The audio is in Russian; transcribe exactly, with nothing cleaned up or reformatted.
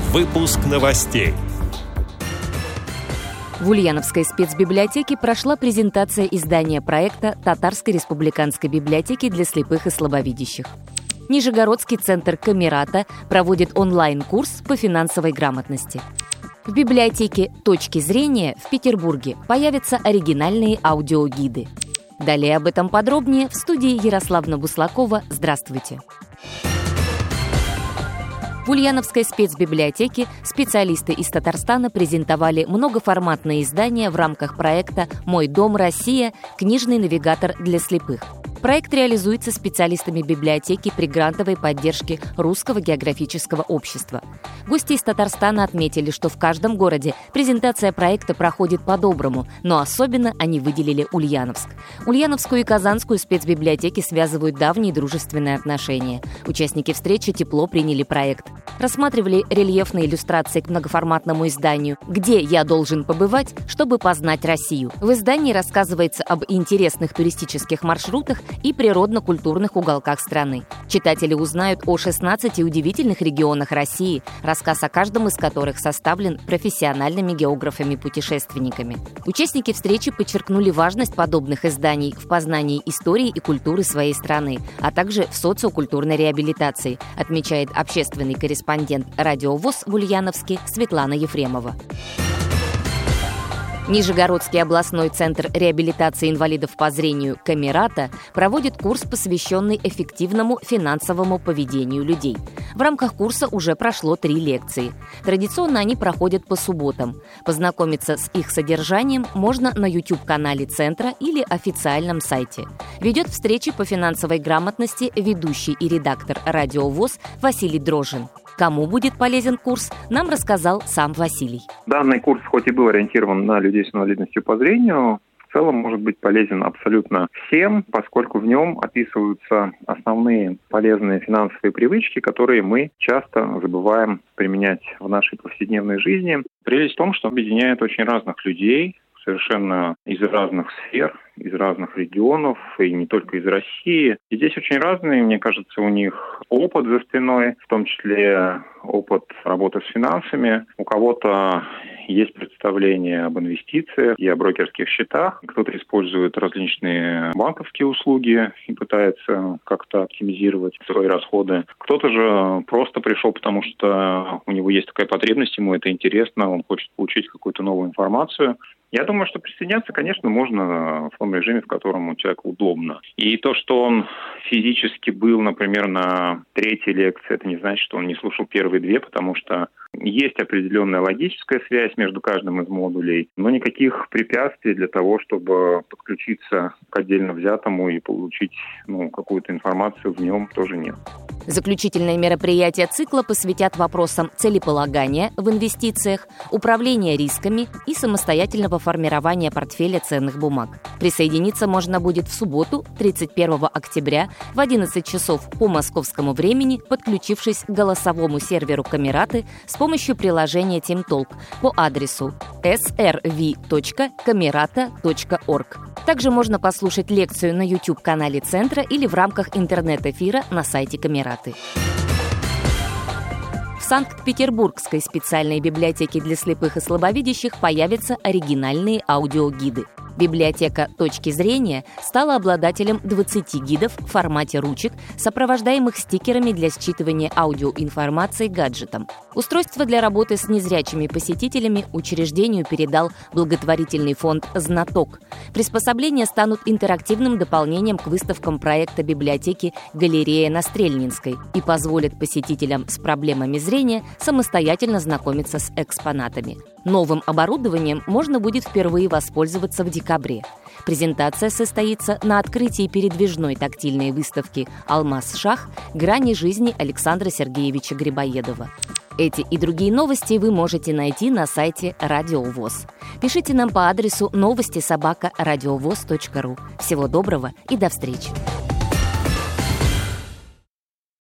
Выпуск новостей. В Ульяновской спецбиблиотеке прошла презентация издания проекта Татарской республиканской библиотеки для слепых и слабовидящих. Нижегородский центр Камерата проводит онлайн-курс по финансовой грамотности. В библиотеке «Точки зрения» в Петербурге появятся оригинальные аудиогиды. Далее об этом подробнее в студии Ярославна Буслакова. Здравствуйте! В Ульяновской спецбиблиотеке специалисты из Татарстана презентовали многоформатное издание в рамках проекта «Мой дом. Россия. Книжный навигатор для слепых». Проект реализуется специалистами библиотеки при грантовой поддержке Русского географического общества. Гости из Татарстана отметили, что в каждом городе презентация проекта проходит по-доброму, но особенно они выделили Ульяновск. Ульяновскую и Казанскую спецбиблиотеки связывают давние дружественные отношения. Участники встречи тепло приняли проект. Рассматривали рельефные иллюстрации к многоформатному изданию «Где я должен побывать, чтобы познать Россию?». В издании рассказывается об интересных туристических маршрутах и природно-культурных уголках страны. Читатели узнают о шестнадцати удивительных регионах России, рассказ о каждом из которых составлен профессиональными географами-путешественниками. Участники встречи подчеркнули важность подобных изданий в познании истории и культуры своей страны, а также в социокультурной реабилитации, отмечает общественный корреспондент «Радио ВОС» в Ульяновске Светлана Ефремова. Нижегородский областной центр реабилитации инвалидов по зрению «Камерата» проводит курс, посвященный эффективному финансовому поведению людей. В рамках курса уже прошло три лекции. Традиционно они проходят по субботам. Познакомиться с их содержанием можно на YouTube-канале центра или официальном сайте. Ведет встречи по финансовой грамотности ведущий и редактор «Радио ВОС» Василий Дрожжин. Кому будет полезен курс, нам рассказал сам Василий. Данный курс, хоть и был ориентирован на людей с инвалидностью по зрению, в целом может быть полезен абсолютно всем, поскольку в нем описываются основные полезные финансовые привычки, которые мы часто забываем применять в нашей повседневной жизни. Прелесть в том, что объединяет очень разных людей, совершенно из разных сфер, из разных регионов, и не только из России. И здесь очень разный, мне кажется, у них опыт за спиной, в том числе опыт работы с финансами. У кого-то есть представление об инвестициях и о брокерских счетах. Кто-то использует различные банковские услуги и пытается как-то оптимизировать свои расходы. Кто-то же просто пришел, потому что у него есть такая потребность, ему это интересно, он хочет получить какую-то новую информацию. Я думаю, что присоединяться, конечно, можно в том режиме, в котором человеку удобно. И то, что он физически был, например, на третьей лекции, это не значит, что он не слушал первые две, потому что есть определенная логическая связь между каждым из модулей, но никаких препятствий для того, чтобы подключиться к отдельно взятому и получить ну, какую-то информацию в нем, тоже нет. Заключительные мероприятия цикла посвятят вопросам целеполагания в инвестициях, управления рисками и самостоятельного формирования портфеля ценных бумаг. Присоединиться можно будет в субботу, тридцать первого октября, в одиннадцать часов по московскому времени, подключившись к голосовому серверу Камераты с помощью приложения TeamTalk по адресу эс эр ви точка камерата точка орг. Также можно послушать лекцию на YouTube-канале Центра или в рамках интернет-эфира на сайте Камераты. В Санкт-Петербургской специальной библиотеке для слепых и слабовидящих появятся оригинальные аудиогиды. Библиотека «Точки зрения» стала обладателем двадцати гидов в формате ручек, сопровождаемых стикерами для считывания аудиоинформации гаджетом. Устройство для работы с незрячими посетителями учреждению передал благотворительный фонд «Знаток». Приспособления станут интерактивным дополнением к выставкам проекта библиотеки «Галерея на Стрельнинской» и позволят посетителям с проблемами зрения самостоятельно знакомиться с экспонатами. Новым оборудованием можно будет впервые воспользоваться в декабре. Презентация состоится на открытии передвижной тактильной выставки «Алмаз-Шах. Грани жизни» Александра Сергеевича Грибоедова. Эти и другие новости вы можете найти на сайте Радио ВОС. Пишите нам по адресу новости собака радиовос точка ру. Всего доброго и до встречи!